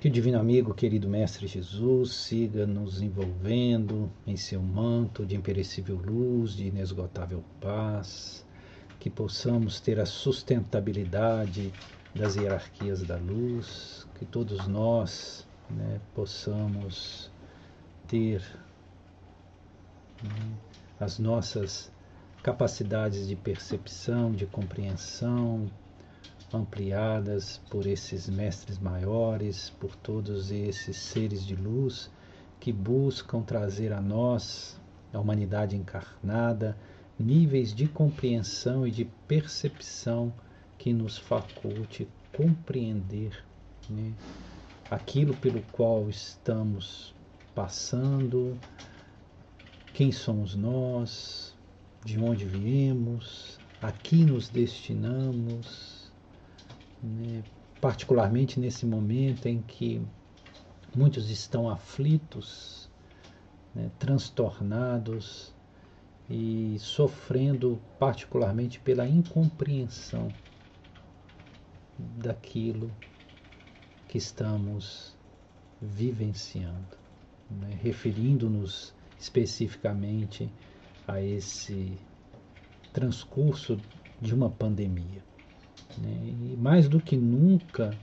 Que o divino amigo, querido Mestre Jesus, siga nos envolvendo em seu manto de imperecível luz, de inesgotável paz, que possamos ter a sustentabilidade das hierarquias da luz, que todos nós possamos ter as nossas capacidades de percepção, de compreensão, ampliadas por esses mestres maiores, por todos esses seres de luz que buscam trazer a nós, a humanidade encarnada, níveis de compreensão e de percepção que nos faculte compreender aquilo pelo qual estamos passando, quem somos nós, de onde viemos, a que nos destinamos, particularmente nesse momento em que muitos estão aflitos, transtornados e sofrendo particularmente pela incompreensão daquilo que estamos vivenciando, referindo-nos especificamente a esse transcurso de uma pandemia. E mais do que nunca,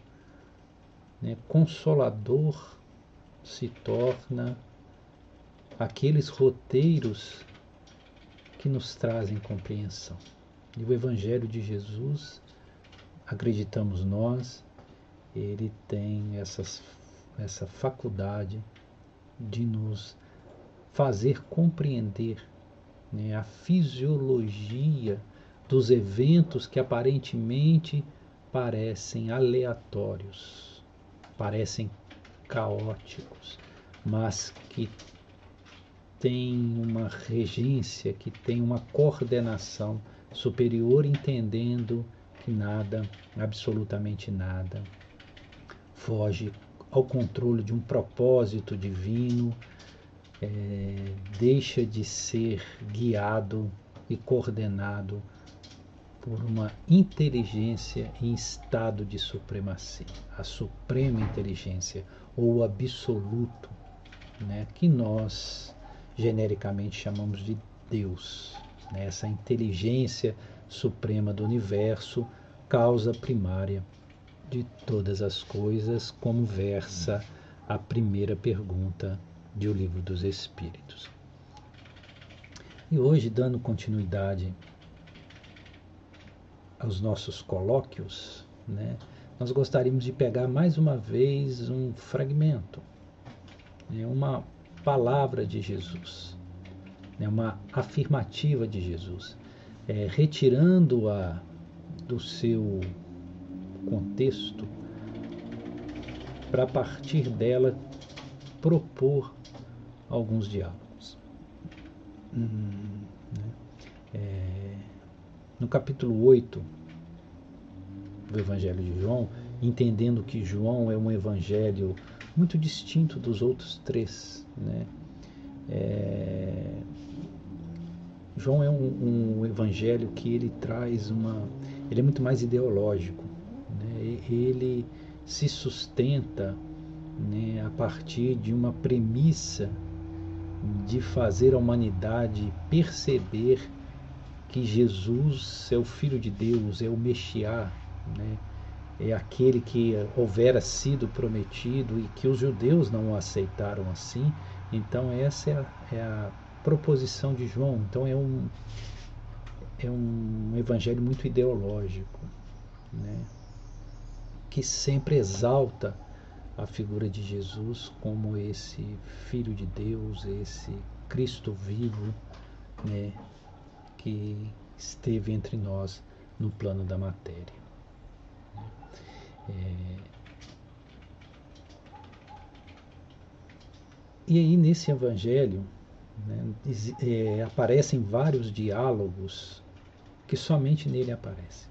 consolador se torna aqueles roteiros que nos trazem compreensão. E o Evangelho de Jesus, acreditamos nós, ele tem essa faculdade de nos fazer compreender a fisiologia dos eventos que aparentemente parecem aleatórios, parecem caóticos, mas que têm uma regência, que têm uma coordenação superior, entendendo que nada, absolutamente nada, foge ao controle de um propósito divino, deixa de ser guiado e coordenado por uma inteligência em estado de supremacia, a suprema inteligência ou o absoluto, que nós genericamente chamamos de Deus, essa inteligência suprema do universo, causa primária de todas as coisas, como versa a primeira pergunta do Livro dos Espíritos. E hoje, dando continuidade aos nossos colóquios, nós gostaríamos de pegar mais uma vez um fragmento, uma palavra de Jesus, uma afirmativa de Jesus, retirando-a do seu contexto, para a partir dela propor alguns diálogos. No capítulo 8 do Evangelho de João, entendendo que João é um evangelho muito distinto dos outros três, João é um evangelho que ele traz ele é muito mais ideológico, ele se sustenta a partir de uma premissa de fazer a humanidade perceber que Jesus é o Filho de Deus, é o Mexiá, é aquele que houvera sido prometido e que os judeus não o aceitaram assim. Então essa é a proposição de João. Então é um evangelho muito ideológico, que sempre exalta a figura de Jesus como esse Filho de Deus, esse Cristo vivo, que esteve entre nós no plano da matéria. E aí nesse evangelho aparecem vários diálogos que somente nele aparecem.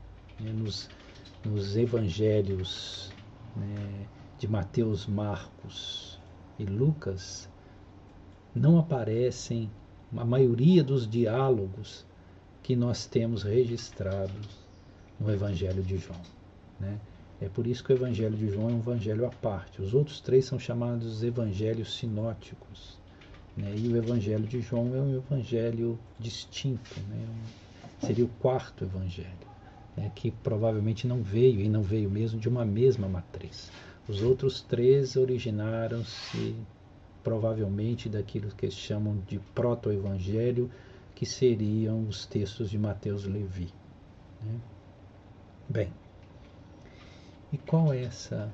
Nos evangelhos de Mateus, Marcos e Lucas não aparecem a maioria dos diálogos que nós temos registrados no Evangelho de João. É por isso que o Evangelho de João é um evangelho à parte. Os outros 3 são chamados evangelhos sinóticos, né? E o Evangelho de João é um evangelho distinto, né? Seria o 4º evangelho, né? Que provavelmente não veio, e não veio mesmo, de uma mesma matriz. Os outros 3 originaram-se provavelmente daquilo que eles chamam de proto-evangelho, que seriam os textos de Mateus e Levi, né? Bem, e qual é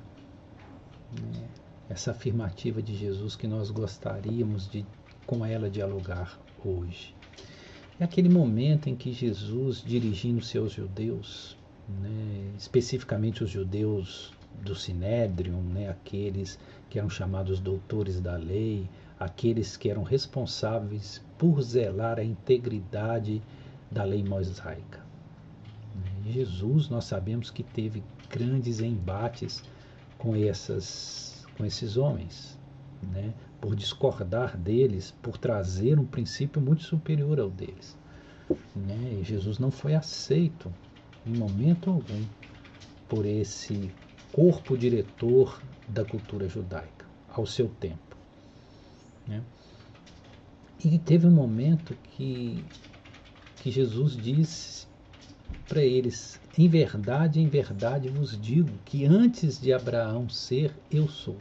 essa afirmativa de Jesus que nós gostaríamos de com ela dialogar hoje? É aquele momento em que Jesus, dirigindo-se aos judeus, né, especificamente os judeus do Sinédrio, né, aqueles que eram chamados doutores da lei, aqueles que eram responsáveis por zelar a integridade da lei mosaica. Jesus, nós sabemos que teve grandes embates com esses homens, né, por discordar deles, por trazer um princípio muito superior ao deles, né? E Jesus não foi aceito em momento algum por esse corpo diretor da cultura judaica ao seu tempo, né? E teve um momento que Jesus disse para eles: em verdade vos digo que antes de Abraão ser, eu sou.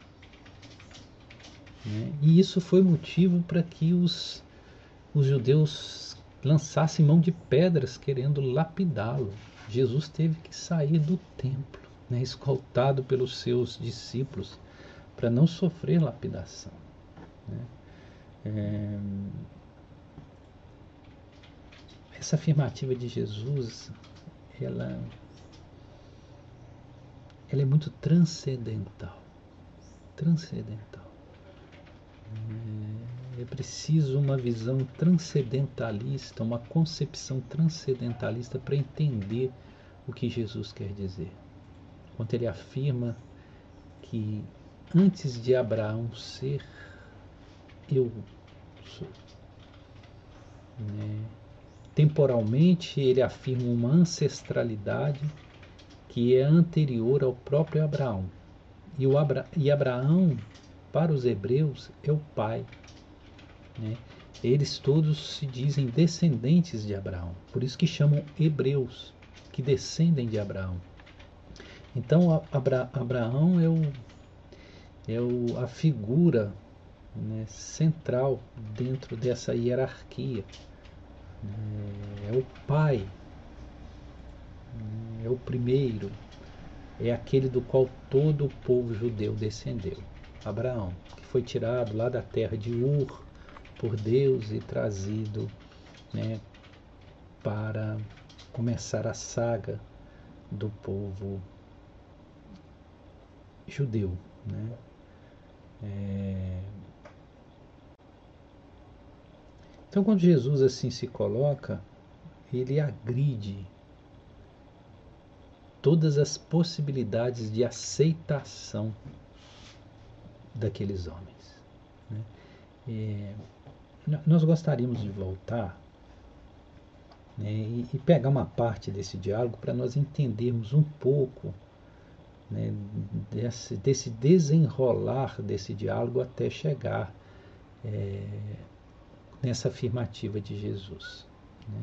Né? E isso foi motivo para que os judeus lançassem mão de pedras querendo lapidá-lo. Jesus teve que sair do templo, né, escoltado pelos seus discípulos, para não sofrer lapidação, né? Essa afirmativa de Jesus, ela é muito transcendental. É preciso uma visão transcendentalista, uma concepção transcendentalista para entender o que Jesus quer dizer. Quando ele afirma que antes de Abraão ser, eu sou. Temporalmente, ele afirma uma ancestralidade que é anterior ao próprio Abraão. E Abraão, para os hebreus, é o pai, né? Eles todos se dizem descendentes de Abraão, por isso que chamam hebreus, que descendem de Abraão. Então, Abraão é a figura, né, central dentro dessa hierarquia. É o pai, é o primeiro, é aquele do qual todo o povo judeu descendeu. Abraão, que foi tirado lá da terra de Ur por Deus e trazido, né, para começar a saga do povo judeu, né? Então, quando Jesus assim se coloca, ele agride todas as possibilidades de aceitação daqueles homens, né? Nós gostaríamos de voltar, né, e pegar uma parte desse diálogo para nós entendermos um pouco, né, desse desenrolar desse diálogo até chegar nessa afirmativa de Jesus, né?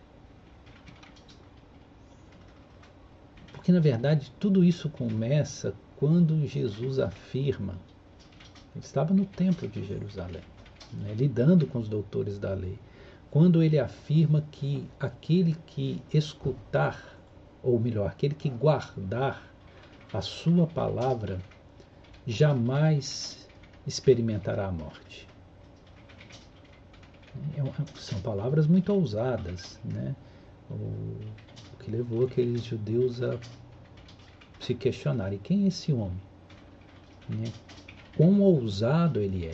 Porque na verdade tudo isso começa quando Jesus afirma, ele estava no templo de Jerusalém, né, lidando com os doutores da lei, quando ele afirma que aquele que escutar, ou melhor, aquele que guardar a sua palavra, jamais experimentará a morte. São palavras muito ousadas, né? O que levou aqueles judeus a se questionarem: quem é esse homem? Né? Quão ousado ele é?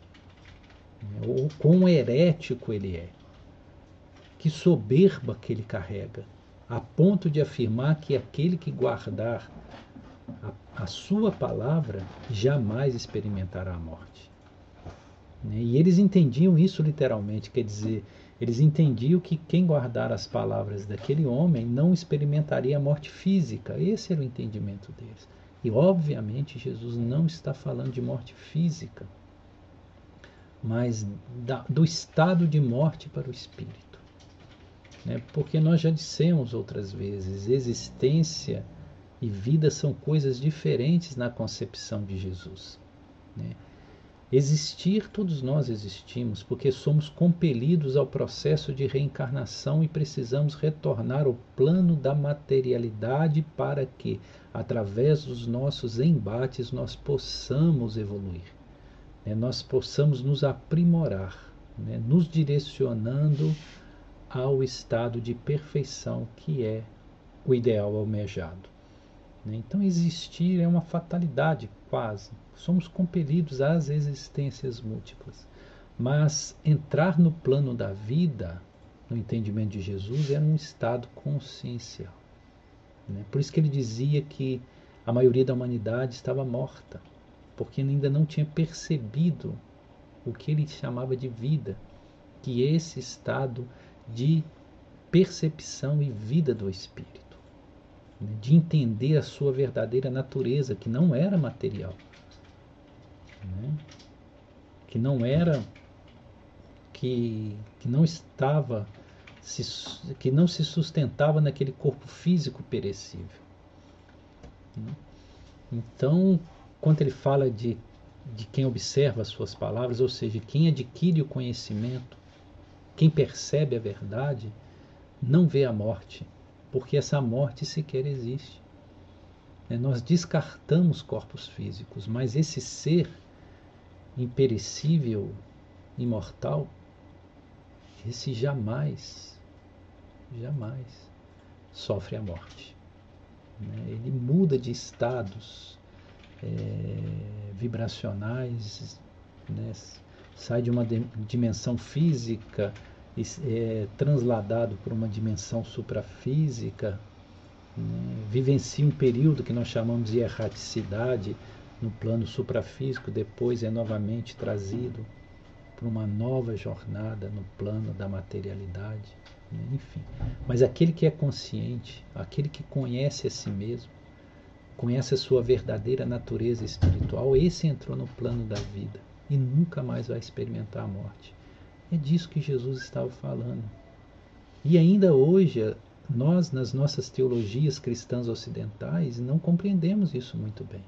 Ou quão herético ele é? Que soberba que ele carrega, a ponto de afirmar que aquele que guardar a sua palavra jamais experimentará a morte. E eles entendiam isso literalmente, quer dizer, Eles entendiam que quem guardar as palavras daquele homem não experimentaria a morte física. Esse era o entendimento deles. E, obviamente, Jesus não está falando de morte física, mas do estado de morte para o espírito. Né? Porque nós já dissemos outras vezes, existência e vida são coisas diferentes na concepção de Jesus. Né? Existir, todos nós existimos, porque somos compelidos ao processo de reencarnação e precisamos retornar ao plano da materialidade para que, através dos nossos embates, nós possamos evoluir, né? Nós possamos nos aprimorar, né? Nos direcionando ao estado de perfeição que é o ideal almejado. Então, existir é uma fatalidade, quase. Somos compelidos às existências múltiplas. Mas entrar no plano da vida, no entendimento de Jesus, era um estado consciencial. Por isso que ele dizia que a maioria da humanidade estava morta, porque ainda não tinha percebido o que ele chamava de vida, que é esse estado de percepção e vida do espírito, de entender a sua verdadeira natureza, que não era material, que não era, que não estava, que não se sustentava naquele corpo físico perecível. Então, quando ele fala de quem observa as suas palavras, ou seja, quem adquire o conhecimento, quem percebe a verdade, não vê a morte, porque essa morte sequer existe. Nós descartamos corpos físicos, mas esse ser imperecível, imortal, esse jamais sofre a morte. Ele muda de estados vibracionais, sai de uma dimensão física, transladado por uma dimensão suprafísica, vivencia um período que nós chamamos de erraticidade no plano suprafísico, depois é novamente trazido para uma nova jornada no plano da materialidade, enfim. Mas aquele que é consciente, aquele que conhece a si mesmo, conhece a sua verdadeira natureza espiritual, esse entrou no plano da vida e nunca mais vai experimentar a morte. É disso que Jesus estava falando. E ainda hoje, nós, nas nossas teologias cristãs ocidentais, não compreendemos isso muito bem.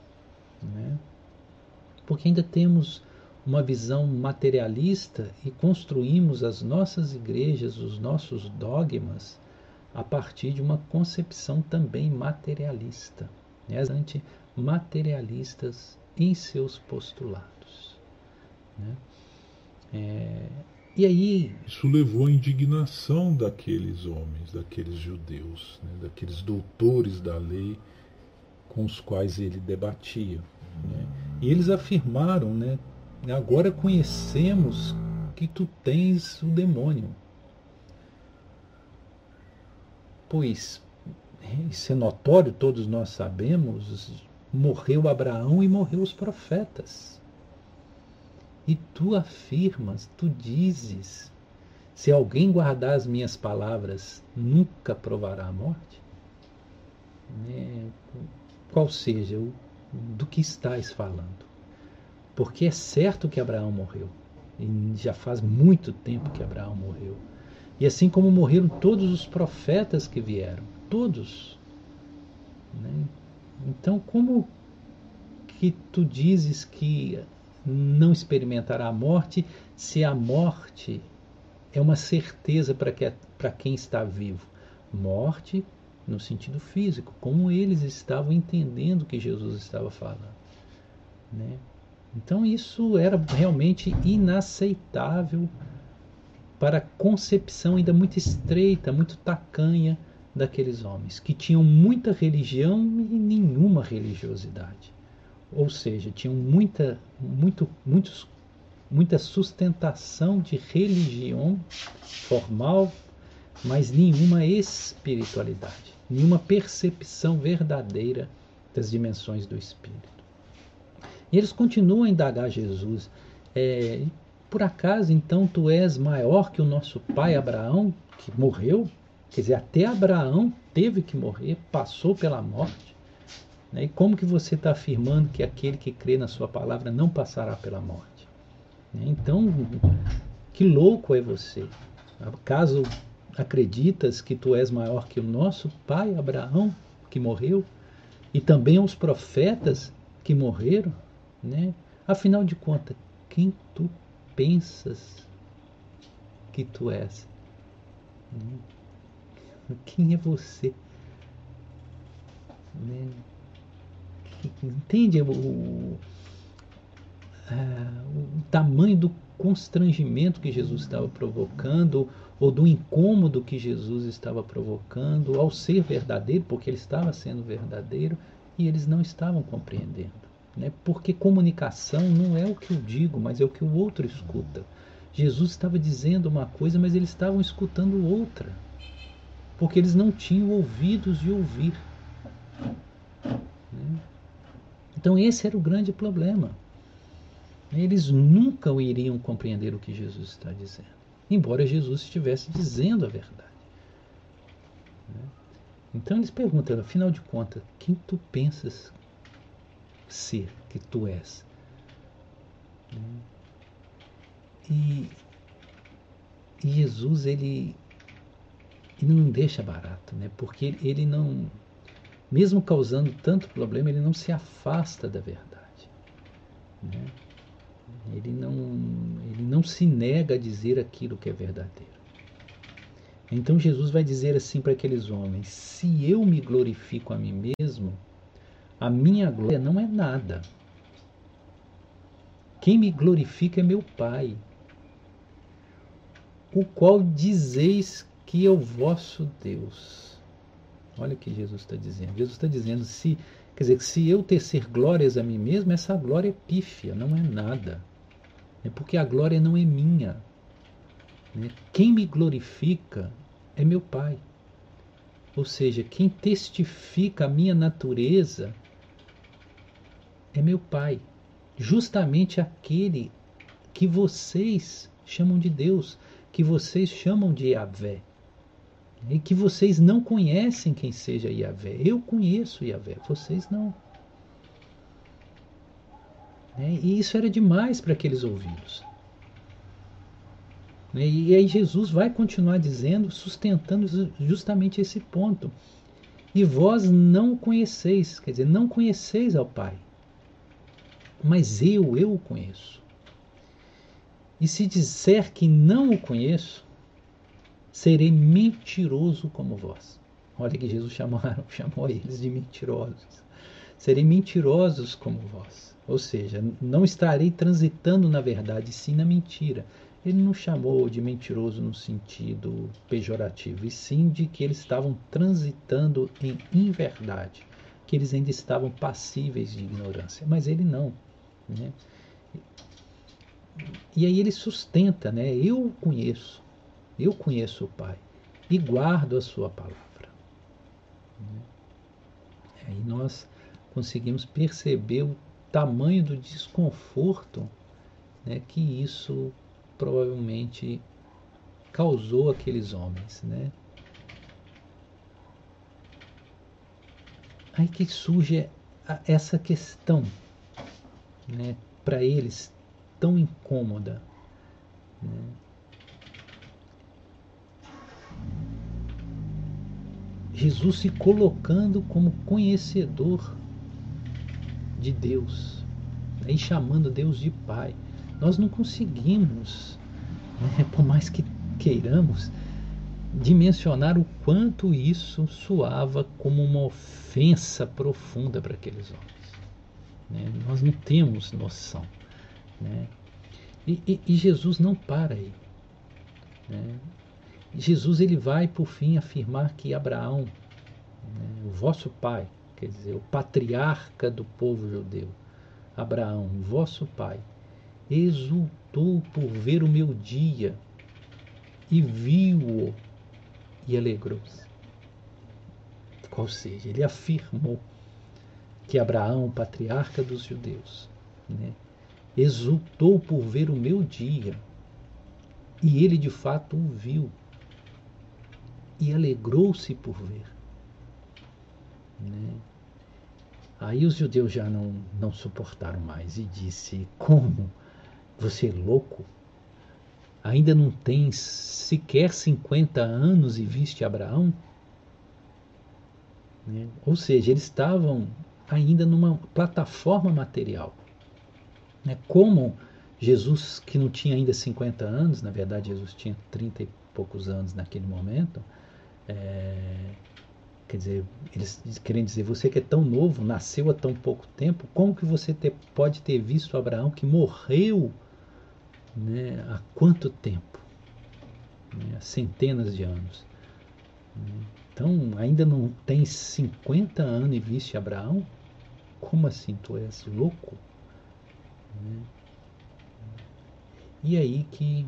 Porque ainda temos uma visão materialista e construímos as nossas igrejas, os nossos dogmas, a partir de uma concepção também materialista, bastante materialistas em seus postulados. E aí, isso levou à indignação daqueles homens, daqueles judeus, daqueles doutores da lei com os quais ele debatia. E eles afirmaram, agora conhecemos que tu tens o demônio. Pois, isso é notório, todos nós sabemos, morreu Abraão e morreu os profetas. E tu afirmas, tu dizes, se alguém guardar as minhas palavras, nunca provará a morte? Qual seja, do que estás falando? Porque é certo que Abraão morreu, e já faz muito tempo que Abraão morreu. E assim como morreram todos os profetas que vieram, todos. Então, como que tu dizes que não experimentará a morte, se a morte é uma certeza para quem está vivo? Morte no sentido físico, como eles estavam entendendo que Jesus estava falando. Então isso era realmente inaceitável para a concepção ainda muito estreita, muito tacanha daqueles homens, que tinham muita religião e nenhuma religiosidade. Ou seja, tinham muita sustentação de religião formal, mas nenhuma espiritualidade, nenhuma percepção verdadeira das dimensões do espírito. E eles continuam a indagar Jesus. por acaso então tu és maior que o nosso pai Abraão, que morreu? Quer dizer, até Abraão teve que morrer, passou pela morte. E como que você está afirmando que aquele que crê na sua palavra não passará pela morte? Então, que louco é você? Acaso acreditas que tu és maior que o nosso pai Abraão, que morreu? E também os profetas que morreram? Afinal de contas, quem tu pensas que tu és? Quem é você? Entende o tamanho do constrangimento que Jesus estava provocando, ou do incômodo que Jesus estava provocando ao ser verdadeiro, porque ele estava sendo verdadeiro e eles não estavam compreendendo. Porque comunicação não é o que eu digo, mas é o que o outro escuta. Jesus estava dizendo uma coisa, mas eles estavam escutando outra, porque eles não tinham ouvidos de ouvir. Então esse era o grande problema. Eles nunca iriam compreender o que Jesus está dizendo, embora Jesus estivesse dizendo a verdade. Então eles perguntam, afinal de contas, quem tu pensas ser, que tu és? E Jesus, ele não deixa barato, porque ele não, mesmo causando tanto problema, ele não se afasta da verdade. Ele não se nega a dizer aquilo que é verdadeiro. Então Jesus vai dizer assim para aqueles homens: se eu me glorifico a mim mesmo, a minha glória não é nada. Quem me glorifica é meu Pai, o qual dizeis que é o vosso Deus. Olha o que Jesus está dizendo. Jesus está dizendo, quer dizer, que se eu tecer glórias a mim mesmo, essa glória é pífia, não é nada. Porque a glória não é minha. Quem me glorifica é meu Pai. Ou seja, quem testifica a minha natureza é meu Pai. Justamente aquele que vocês chamam de Deus, que vocês chamam de Yahvé. E que vocês não conhecem quem seja Yahvé. Eu conheço Yahvé, vocês não. E isso era demais para aqueles ouvidos. E aí Jesus vai continuar dizendo, sustentando justamente esse ponto. E vós não o conheceis, quer dizer, não conheceis ao Pai. Mas eu o conheço. E se disser que não o conheço, serei mentiroso como vós. Olha que Jesus chamou eles de mentirosos. Serei mentirosos como vós. Ou seja, não estarei transitando na verdade, sim na mentira. Ele não chamou de mentiroso no sentido pejorativo, e sim de que eles estavam transitando em inverdade, que eles ainda estavam passíveis de ignorância. Mas ele não. E aí ele sustenta, eu conheço o Pai e guardo a sua palavra. Aí nós conseguimos perceber o tamanho do desconforto que isso provavelmente causou àqueles homens. Aí que surge essa questão, para eles tão incômoda. Jesus se colocando como conhecedor de Deus, e chamando Deus de Pai. Nós não conseguimos, por mais que queiramos, dimensionar o quanto isso soava como uma ofensa profunda para aqueles homens. Nós não temos noção. E Jesus não para aí. Jesus ele vai por fim afirmar que Abraão, o vosso pai, quer dizer, o patriarca do povo judeu, Abraão, vosso pai, exultou por ver o meu dia e viu-o e alegrou-se. Ou seja, ele afirmou que Abraão, patriarca dos judeus, exultou por ver o meu dia, e ele de fato o viu, e alegrou-se por ver. Né? Aí os judeus já não suportaram mais e disse: como? Você é louco? Ainda não tens sequer 50 anos e viste Abraão? Né? Ou seja, eles estavam ainda numa plataforma material. Né? Como Jesus, que não tinha ainda 50 anos, na verdade Jesus tinha 30 e poucos anos naquele momento, quer dizer, eles querem dizer, você que é tão novo, nasceu há tão pouco tempo, como que você pode ter visto Abraão que morreu, né, há quanto tempo? Né, há centenas de anos. Então, ainda não tem 50 anos e viste Abraão? Como assim? Tu és louco? Né? E aí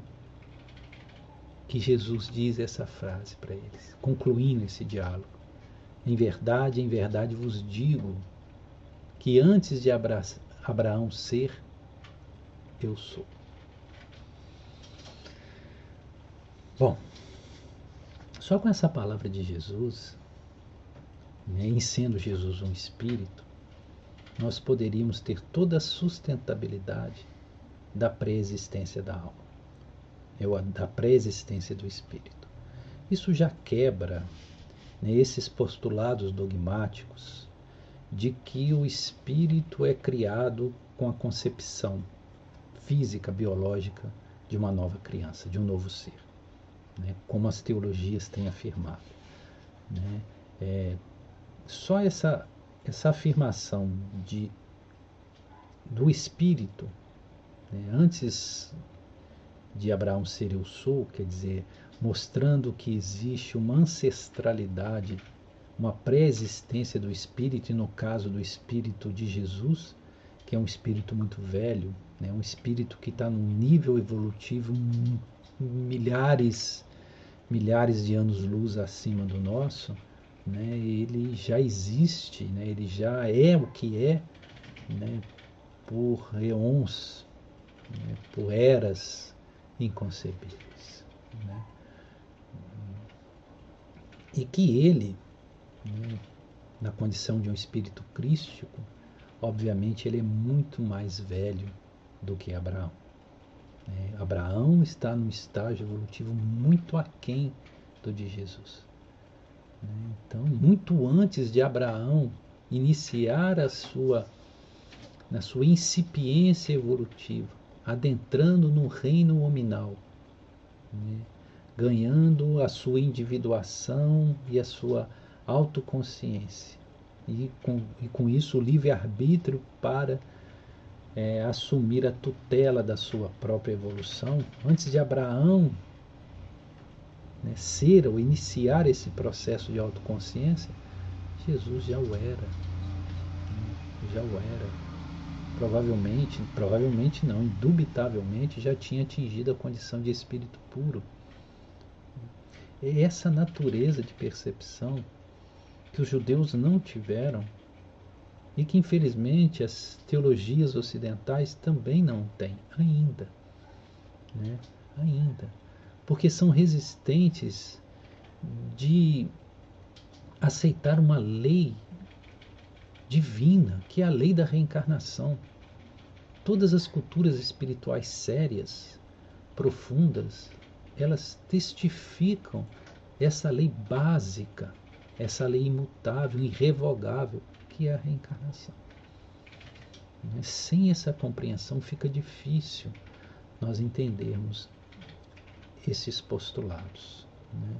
que Jesus diz essa frase para eles, concluindo esse diálogo. Em verdade vos digo que antes de Abraão ser, eu sou. Bom, só com essa palavra de Jesus, né, em sendo Jesus um Espírito, nós poderíamos ter toda a sustentabilidade da pré-existência da alma, da pré-existência do Espírito. Isso já quebra, né, esses postulados dogmáticos de que o Espírito é criado com a concepção física, biológica de uma nova criança, de um novo ser, né, como as teologias têm afirmado. Né? Só essa afirmação do Espírito, né, antes de Abraão ser eu sou, quer dizer, mostrando que existe uma ancestralidade, uma pré-existência do Espírito, e no caso do Espírito de Jesus, que é um Espírito muito velho, né, um Espírito que está num nível evolutivo milhares de anos-luz acima do nosso, né, ele já existe, né, ele já é o que é, né, por eons, né, por eras inconcebíveis. Né? E que ele, né, na condição de um espírito crístico, obviamente ele é muito mais velho do que Abraão. Né? Abraão está num estágio evolutivo muito aquém do de Jesus. Né? Então, muito antes de Abraão iniciar na sua incipiência evolutiva, adentrando no reino hominal, né? Ganhando a sua individuação e a sua autoconsciência, e com isso o livre-arbítrio para assumir a tutela da sua própria evolução. Antes de Abraão, né, ser ou iniciar esse processo de autoconsciência, Jesus já o era. Já o era. Provavelmente não, indubitavelmente já tinha atingido a condição de espírito puro. É essa natureza de percepção que os judeus não tiveram e que infelizmente as teologias ocidentais também não têm ainda, né? Ainda, porque são resistentes de aceitar uma lei divina, que é a lei da reencarnação. Todas as culturas espirituais sérias, profundas, elas testificam essa lei básica, essa lei imutável, irrevogável, que é a reencarnação. Sem essa compreensão fica difícil nós entendermos esses postulados. Né?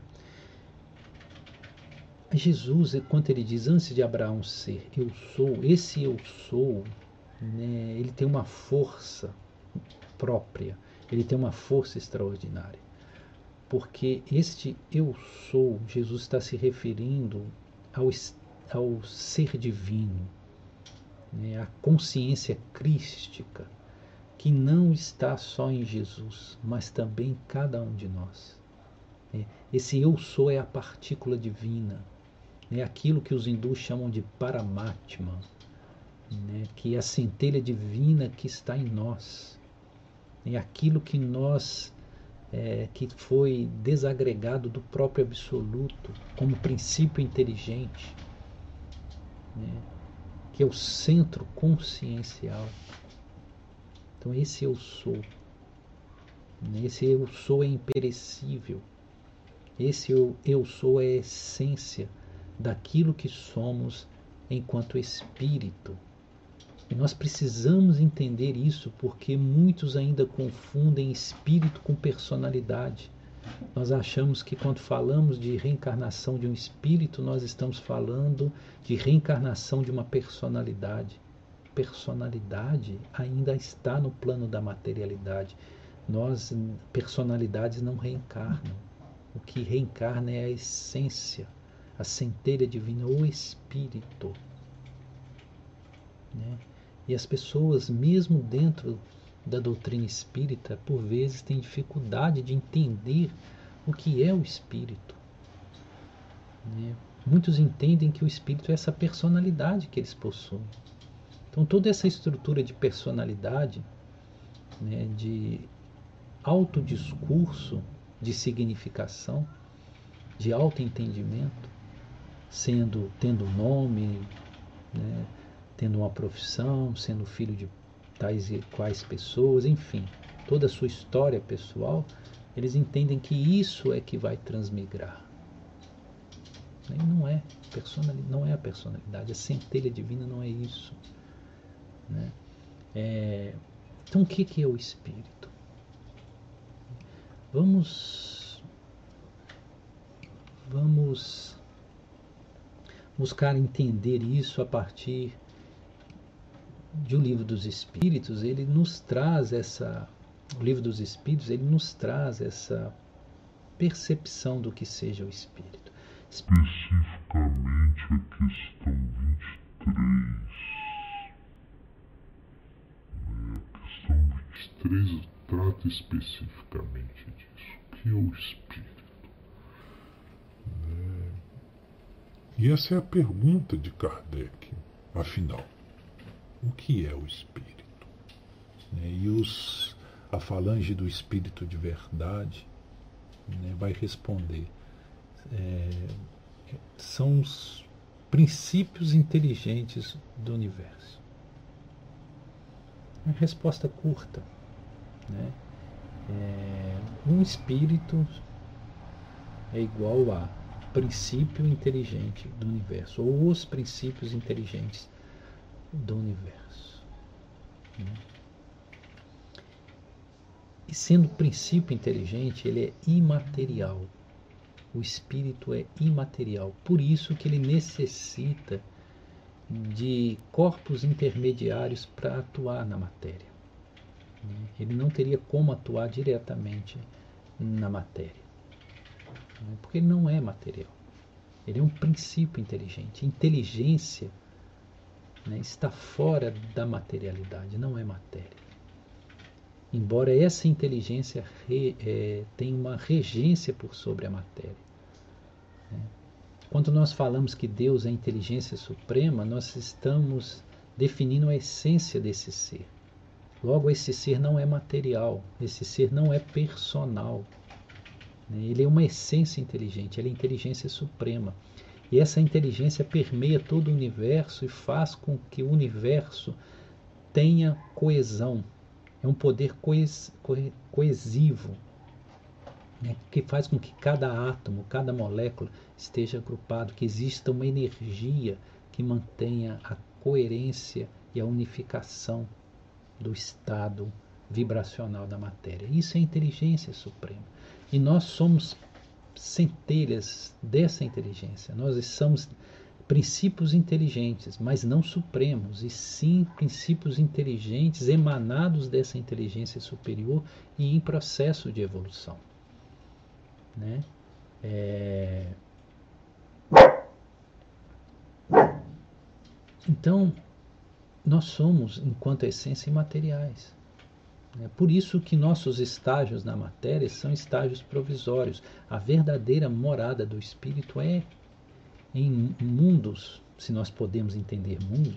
Jesus, quando ele diz antes de Abraão ser eu sou, esse eu sou, né, ele tem uma força própria, ele tem uma força extraordinária. Porque este eu sou, Jesus está se referindo ao ser divino, né, à consciência crística, que não está só em Jesus, mas também em cada um de nós. Esse eu sou é a partícula divina, é aquilo que os hindus chamam de Paramatma, né, que é a centelha divina que está em nós, é aquilo que nós que foi desagregado do próprio absoluto como princípio inteligente, né, que é o centro consciencial. Então esse eu sou, esse eu sou é imperecível, esse eu sou é a essência daquilo que somos enquanto espírito. E nós precisamos entender isso, porque muitos ainda confundem espírito com personalidade. Nós achamos que quando falamos de reencarnação de um espírito, nós estamos falando de reencarnação de uma personalidade. Personalidade ainda está no plano da materialidade. Personalidades não reencarnam. O que reencarna é a essência, a centelha divina, o espírito, né? E as pessoas, mesmo dentro da doutrina espírita, por vezes têm dificuldade de entender o que é o espírito, né? Muitos entendem que o espírito é essa personalidade que eles possuem. Então toda essa estrutura de personalidade, né, de autodiscurso, de significação, de autoentendimento, tendo nome, né, tendo uma profissão, sendo filho de tais e quais pessoas, enfim, toda a sua história pessoal, eles entendem que isso é que vai transmigrar. E não é a personalidade, a centelha divina não é isso, né? Então o que é o espírito? Vamos buscar entender isso a partir de O Livro dos Espíritos. Ele nos traz o Livro dos Espíritos, ele nos traz essa percepção do que seja o espírito. Especificamente a questão 23. A questão 23 trata especificamente disso. O que é o espírito? E essa é a pergunta de Kardec. Afinal, o que é o espírito? E a falange do espírito de verdade, né, vai responder. São os princípios inteligentes do universo. Uma resposta curta, né? Um espírito é igual a princípio inteligente do universo, ou os princípios inteligentes do universo, né? E sendo princípio inteligente, ele é imaterial. O espírito é imaterial, por isso que ele necessita de corpos intermediários para atuar na matéria. Ele não teria como atuar diretamente na matéria, porque ele não é material. Ele é um princípio inteligente. Inteligência, né, está fora da materialidade, não é matéria. Embora essa inteligência tenha uma regência por sobre a matéria. Quando nós falamos que Deus é a inteligência suprema, nós estamos definindo a essência desse ser. Logo, esse ser não é material, esse ser não é personal. Ele é uma essência inteligente, ele é a inteligência suprema. E essa inteligência permeia todo o universo e faz com que o universo tenha coesão. É um poder coesivo, né, que faz com que cada átomo, cada molécula esteja agrupado, que exista uma energia que mantenha a coerência e a unificação do estado vibracional da matéria. Isso é inteligência suprema. E nós somos centelhas dessa inteligência. Nós somos princípios inteligentes, mas não supremos, e sim princípios inteligentes emanados dessa inteligência superior e em processo de evolução, né? Então, nós somos, enquanto essência, imateriais. Por isso que nossos estágios na matéria são estágios provisórios. A verdadeira morada do espírito é em mundos, se nós podemos entender mundos,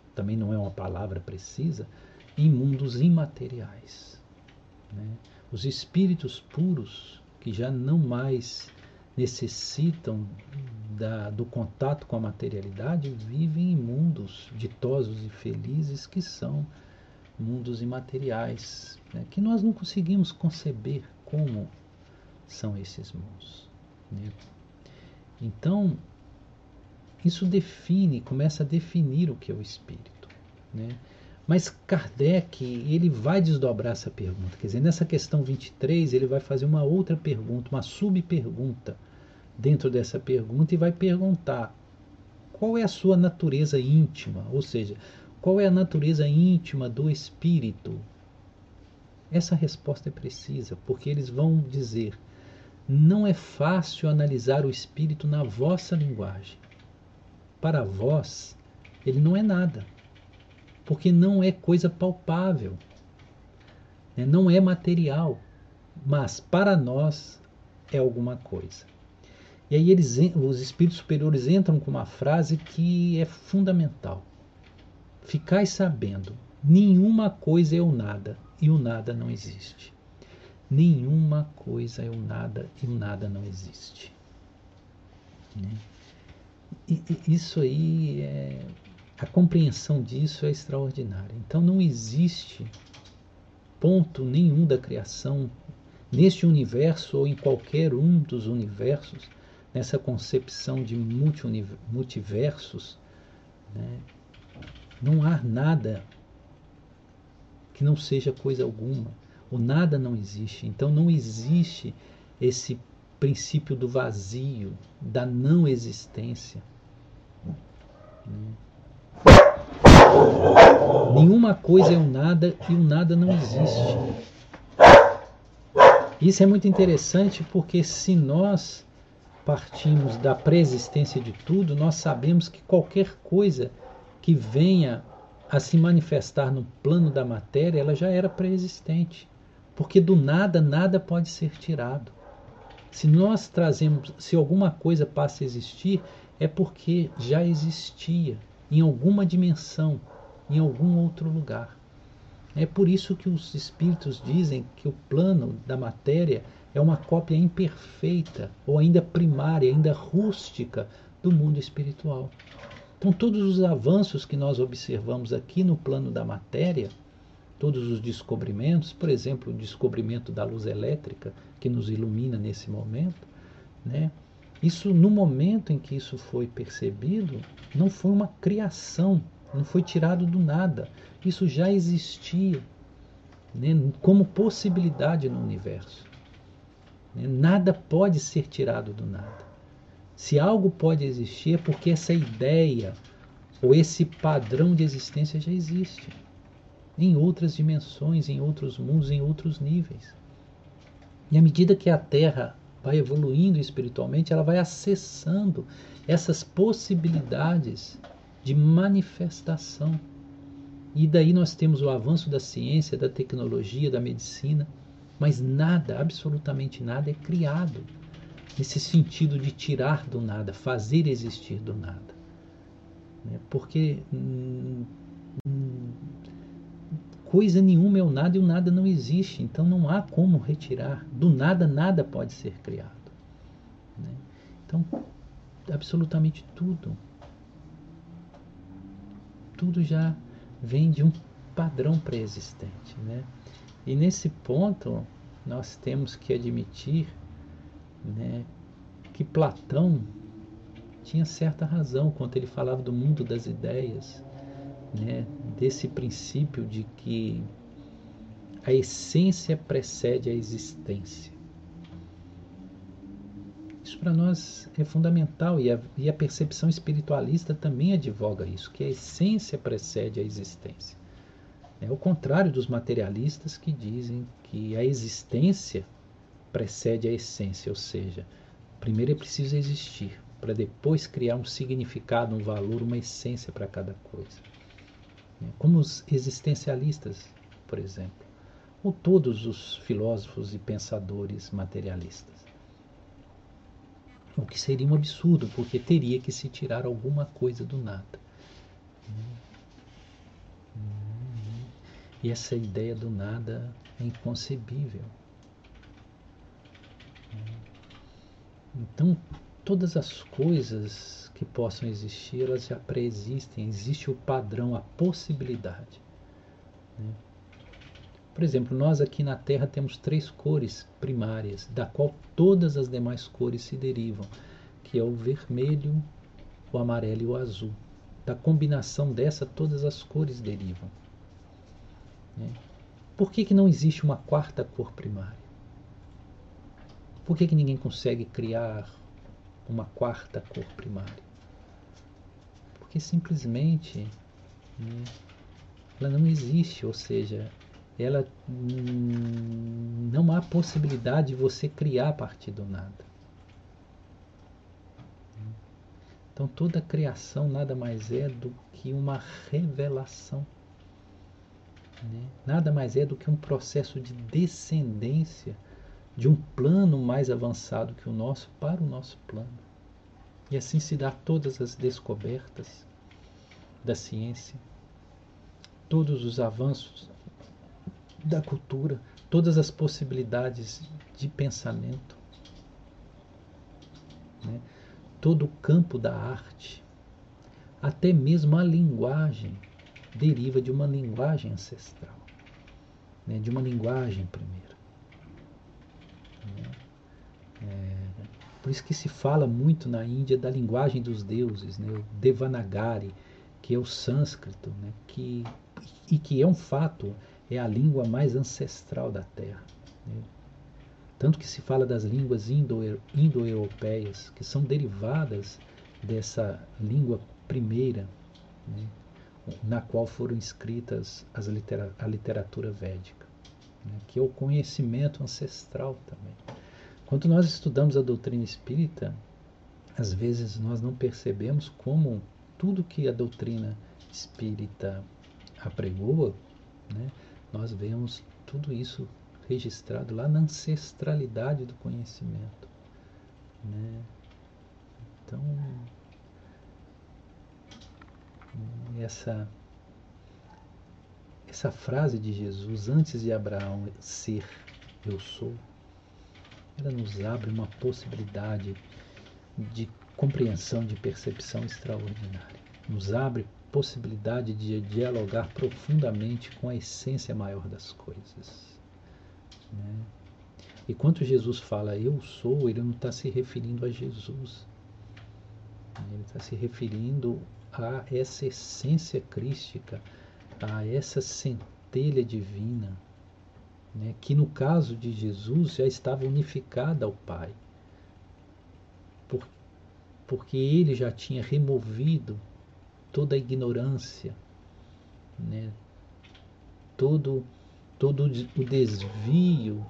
também não é uma palavra precisa, em mundos imateriais. Né? Os espíritos puros, que já não mais necessitam do contato com a materialidade, vivem em mundos ditosos e felizes, que são mundos imateriais, né? Que nós não conseguimos conceber como são esses mundos. Né? Então, isso começa a definir o que é o espírito. Né? Mas Kardec, ele vai desdobrar essa pergunta. Quer dizer, nessa questão 23, ele vai fazer uma outra pergunta, uma subpergunta dentro dessa pergunta, e vai perguntar qual é a sua natureza íntima, ou seja, qual é a natureza íntima do espírito. Essa resposta é precisa, porque eles vão dizer: não é fácil analisar o espírito na vossa linguagem. Para vós, ele não é nada, porque não é coisa palpável, né? Não é material, mas para nós é alguma coisa. E aí os espíritos superiores entram com uma frase que é fundamental: ficai sabendo, nenhuma coisa é o nada, e o nada não existe. Nenhuma coisa é o nada, e o nada não existe. Né? E isso aí, a compreensão disso é extraordinária. Então não existe ponto nenhum da criação, neste universo ou em qualquer um dos universos, nessa concepção de multiversos, né? Não há nada que não seja coisa alguma. O nada não existe. Então não existe esse princípio do vazio, da não existência. Nenhuma coisa é o nada, e o nada não existe. Isso é muito interessante, porque se nós partimos da pré-existência de tudo, nós sabemos que qualquer coisa que venha a se manifestar no plano da matéria, ela já era pré-existente. Porque do nada, nada pode ser tirado. Se nós trazemos, se alguma coisa passa a existir, é porque já existia em alguma dimensão, em algum outro lugar. É por isso que os espíritos dizem que o plano da matéria é uma cópia imperfeita, ou ainda primária, ainda rústica do mundo espiritual. Então todos os avanços que nós observamos aqui no plano da matéria, todos os descobrimentos, por exemplo, o descobrimento da luz elétrica, que nos ilumina nesse momento, né? Isso, no momento em que isso foi percebido, não foi uma criação, não foi tirado do nada. Isso já existia, né, como possibilidade no universo. Nada pode ser tirado do nada. Se algo pode existir, é porque essa ideia ou esse padrão de existência já existe em outras dimensões, em outros mundos, em outros níveis. E à medida que a Terra vai evoluindo espiritualmente, ela vai acessando essas possibilidades de manifestação. E daí nós temos o avanço da ciência, da tecnologia, da medicina, mas nada, absolutamente nada, é criado nesse sentido de tirar do nada, fazer existir do nada. Porque coisa nenhuma é o nada, e o nada não existe, então não há como retirar. Do nada, nada pode ser criado. Então, absolutamente tudo já vem de um padrão pré-existente. E nesse ponto, nós temos que admitir, que Platão tinha certa razão quando ele falava do mundo das ideias, desse princípio de que a essência precede a existência. Isso para nós é fundamental, e a percepção espiritualista também advoga isso, que a essência precede a existência. É o contrário dos materialistas, que dizem que a existência precede a essência, ou seja, primeiro é preciso existir, para depois criar um significado, um valor, uma essência para cada coisa. Como os existencialistas, por exemplo, ou todos os filósofos e pensadores materialistas. O que seria um absurdo, porque teria que se tirar alguma coisa do nada. E essa ideia do nada é inconcebível. Então, todas as coisas que possam existir, elas já pré-existem. Existe o padrão, a possibilidade. Por exemplo, nós aqui na Terra temos 3 cores primárias, da qual todas as demais cores se derivam, que é o vermelho, o amarelo e o azul. Da combinação dessa, todas as cores derivam. Por que não existe uma 4ª cor primária? Por que ninguém consegue criar uma 4ª cor primária? Porque simplesmente ela não existe, ou seja, ela não há possibilidade de você criar a partir do nada. Então toda a criação nada mais é do que uma revelação. Nada mais é do que um processo de descendência de um plano mais avançado que o nosso para o nosso plano. E assim se dá todas as descobertas da ciência, todos os avanços da cultura, todas as possibilidades de pensamento, todo o campo da arte, até mesmo a linguagem deriva de uma linguagem ancestral, de uma linguagem primeira. Por isso que se fala muito na Índia da linguagem dos deuses, o Devanagari, que é o sânscrito, que é um fato, é a língua mais ancestral da Terra. Tanto que se fala das línguas indo-europeias, que são derivadas dessa língua primeira, na qual foram escritas a literatura védica, que é o conhecimento ancestral também. Quando nós estudamos a doutrina espírita, às vezes nós não percebemos como tudo que a doutrina espírita apregoa, nós vemos tudo isso registrado lá na ancestralidade do conhecimento. Então, essa frase de Jesus, antes de Abraão ser, eu sou, ela nos abre uma possibilidade de compreensão, de percepção extraordinária. Nos abre possibilidade de dialogar profundamente com a essência maior das coisas. E quando Jesus fala eu sou, ele não está se referindo a Jesus. Ele está se referindo a essa essência crística, a essa centelha divina, que no caso de Jesus já estava unificada ao Pai, porque ele já tinha removido toda a ignorância, todo o desvio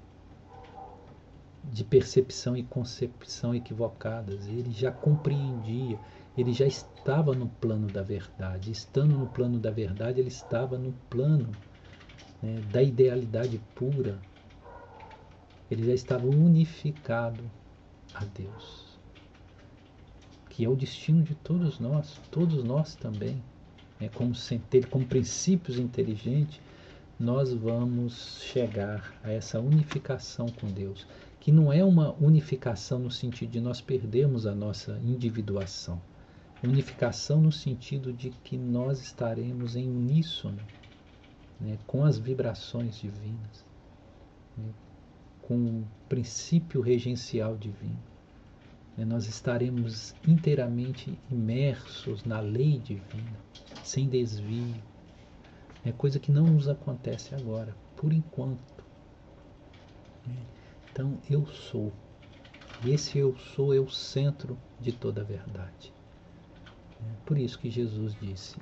de percepção e concepção equivocadas. Ele já compreendia, ele já estava no plano da verdade. Estando no plano da verdade, ele estava no plano da idealidade pura. Ele já estava unificado a Deus, que é o destino de todos nós também. Como centelha, como princípios inteligentes, nós vamos chegar a essa unificação com Deus, que não é uma unificação no sentido de nós perdermos a nossa individuação. Unificação no sentido de que nós estaremos em uníssono, com as vibrações divinas, com o princípio regencial divino. Nós estaremos inteiramente imersos na lei divina, sem desvio. Coisa que não nos acontece agora, por enquanto. Então, eu sou. E esse eu sou é o centro de toda a verdade. Por isso que Jesus disse,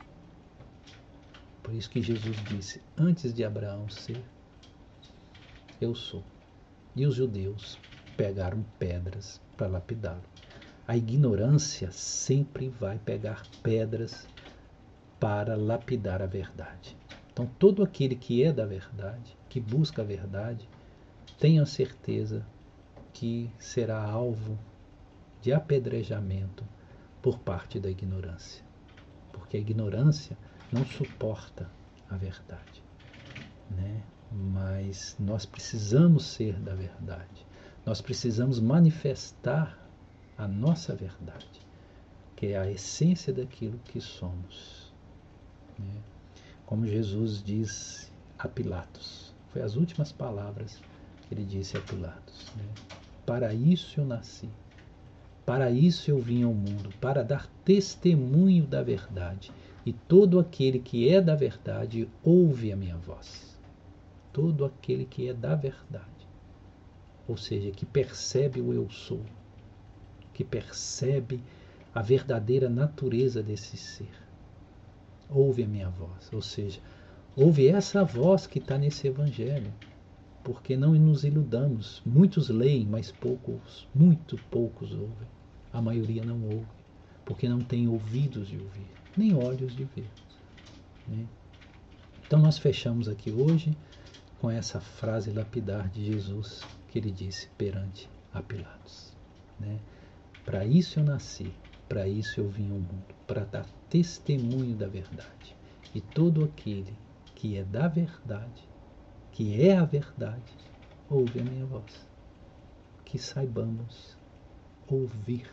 antes de Abraão ser, eu sou. E os judeus pegaram pedras para lapidá-lo. A ignorância sempre vai pegar pedras para lapidar a verdade. Então, todo aquele que é da verdade, que busca a verdade, tenha certeza que será alvo de apedrejamento por parte da ignorância. Porque a ignorância não suporta a verdade, né? Mas nós precisamos ser da verdade. Nós precisamos manifestar a nossa verdade, que é a essência daquilo que somos, né? Como Jesus diz a Pilatos, foi as últimas palavras que ele disse a Pilatos, né? Para isso eu nasci, para isso eu vim ao mundo, para dar testemunho da verdade. E todo aquele que é da verdade ouve a minha voz. Todo aquele que é da verdade, ou seja, que percebe o eu sou, que percebe a verdadeira natureza desse ser, ouve a minha voz, ou seja, ouve essa voz que está nesse evangelho, porque não nos iludamos, muitos leem, mas poucos, muito poucos ouvem, a maioria não ouve, porque não tem ouvidos de ouvir, nem olhos de ver, né? Então nós fechamos aqui hoje com essa frase lapidar de Jesus que ele disse perante a Pilatos, né? Para isso eu nasci, para isso eu vim ao mundo, para dar testemunho da verdade. E todo aquele que é da verdade, que é a verdade, ouve a minha voz. Que saibamos ouvir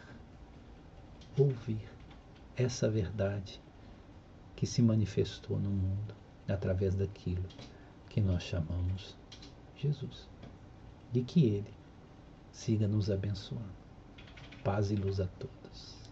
essa verdade que se manifestou no mundo através daquilo que nós chamamos Jesus. E que Ele siga nos abençoando. Paz e luz a todos.